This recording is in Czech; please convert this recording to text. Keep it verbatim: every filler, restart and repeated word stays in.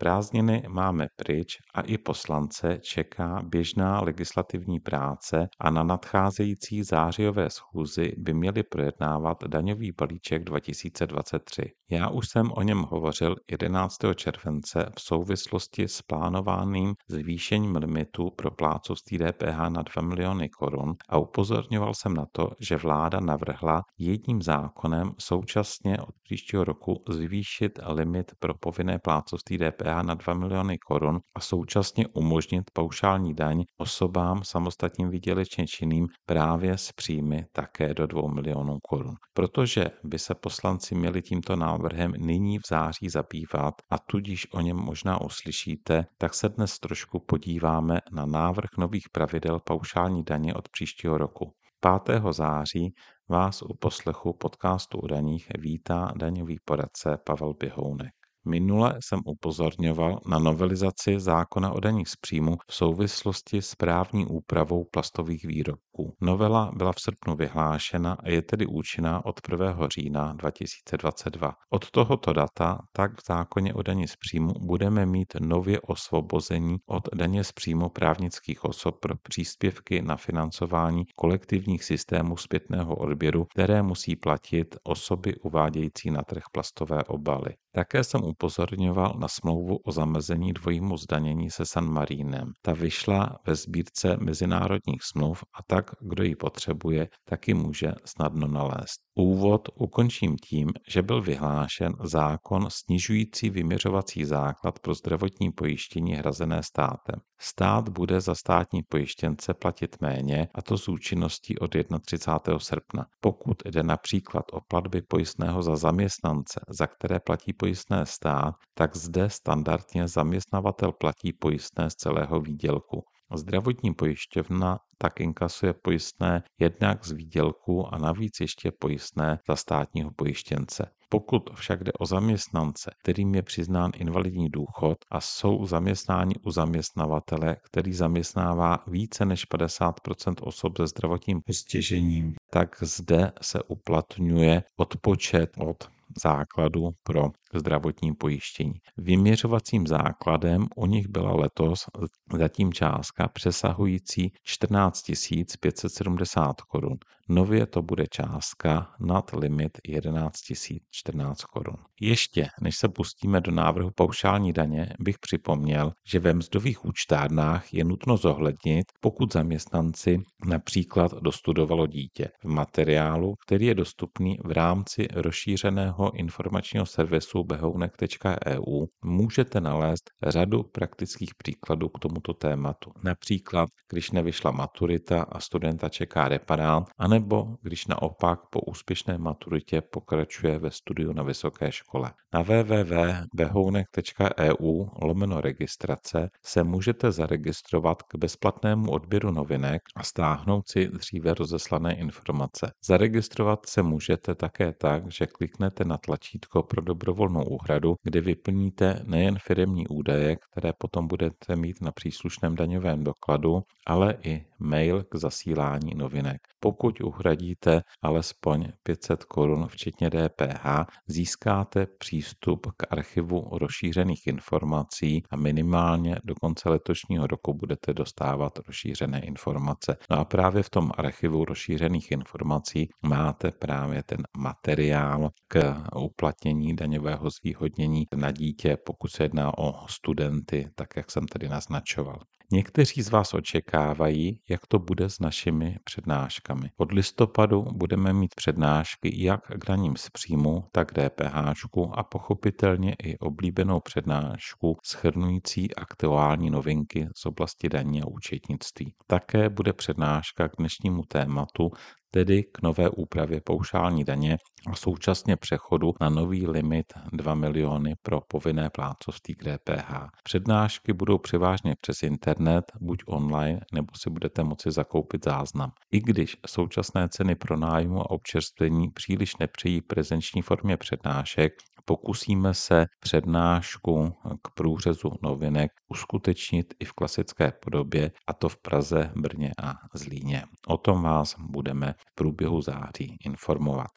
Prázdniny máme pryč a i poslance čeká běžná legislativní práce a na nadcházející zářijové schůzi by měli projednávat daňový balíček dva tisíce dvacet tři. Já už jsem o něm hovořil jedenáctého července v souvislosti s plánovaným zvýšením limitu pro plátcovství D P H na dva miliony korun a upozorňoval jsem na to, že vláda navrhla jedním zákonem současně od příštího roku zvýšit limit pro povinné plátcovství D P H na dva miliony korun a současně umožnit paušální daň osobám samostatně výdělečně činným právě s příjmy také do dvou milionů korun. Protože by se poslanci měli tímto návrhem nyní v září zabývat a tudíž o něm možná uslyšíte, tak se dnes trošku podíváme na návrh nových pravidel paušální daně od příštího roku. pátého září vás u poslechu podcastu o daních vítá daňový poradce Pavel Běhounek. Minule jsem upozorňoval na novelizaci zákona o daních z příjmu v souvislosti s právní úpravou plastových výrobků. Novela byla v srpnu vyhlášena a je tedy účinná od prvního října dva tisíce dvacet dva. Od tohoto data tak v zákoně o dani z příjmu budeme mít nově osvobození od daně z příjmu právnických osob pro příspěvky na financování kolektivních systémů zpětného odběru, které musí platit osoby uvádějící na trh plastové obaly. Také jsem upozorňoval na smlouvu o zamezení dvojímu zdanění se San Marínem. Ta vyšla ve sbírce mezinárodních smluv a tak, kdo ji potřebuje, taky může snadno nalézt. Úvod ukončím tím, že byl vyhlášen zákon snižující vyměřovací základ pro zdravotní pojištění hrazené státem. Stát bude za státní pojištěnce platit méně, a to s účinností od třicátého prvního srpna. Pokud jde například o platby pojistného za zaměstnance, za které platí pojistné stát, tak zde standardně zaměstnavatel platí pojistné z celého výdělku. Zdravotní pojišťovna tak inkasuje pojistné jednak z výdělku a navíc ještě pojistné za státního pojištěnce. Pokud však jde o zaměstnance, kterým je přiznán invalidní důchod a jsou zaměstnáni u zaměstnavatele, který zaměstnává více než padesát procent osob se zdravotním postižením, tak zde se uplatňuje odpočet od základu pro zdravotní pojištění. Vyměřovacím základem u nich byla letos zatím částka přesahující čtrnáct tisíc pět set sedmdesát korun. Nově to bude částka nad limit jedenáct tisíc čtrnáct korun. Ještě než se pustíme do návrhu paušální daně, bych připomněl, že ve mzdových účtárnách je nutno zohlednit, pokud zaměstnanci například dostudovalo dítě. V materiálu, který je dostupný v rámci rozšířeného informačního servisu behounek tečka e u, můžete nalézt řadu praktických příkladů k tomuto tématu. Například, když nevyšla maturita a studenta čeká reparát, anebo když naopak po úspěšné maturitě pokračuje ve studiu na vysoké škole. Na w w w tečka behounek tečka e u lomeno registrace se můžete zaregistrovat k bezplatnému odběru novinek a stáhnout si dříve rozeslané informace. Zaregistrovat se můžete také tak, že kliknete na tlačítko pro dobrovolnou úhradu, kde vyplníte nejen firemní údaje, které potom budete mít na příslušném daňovém dokladu, ale i mail k zasílání novinek. Pokud uhradíte alespoň pět set korun včetně D P H, získáte přístup k archivu rozšířených informací a minimálně do konce letošního roku budete dostávat rozšířené informace. No a právě v tom archivu rozšířených informací máte právě ten materiál k uplatnění daňového zvýhodnění na dítě, pokud se jedná o studenty, tak jak jsem tady naznačoval. Někteří z vás očekávají, jak to bude s našimi přednáškami. Od listopadu budeme mít přednášky jak k daním z příjmu, tak D P H a pochopitelně i oblíbenou přednášku shrnující aktuální novinky z oblasti daní a účetnictví. Také bude přednáška k dnešnímu tématu, tedy k nové úpravě paušální daně a současně přechodu na nový limit dva miliony pro povinné plátcovství k D P H. Přednášky budou převážně přes internet, buď online, nebo si budete moci zakoupit záznam. I když současné ceny pro nájmu a občerstvení příliš nepřejí prezenční formě přednášek, pokusíme se přednášku k průřezu novinek uskutečnit i v klasické podobě, a to v Praze, Brně a Zlíně. O tom vás budeme v průběhu září informovat.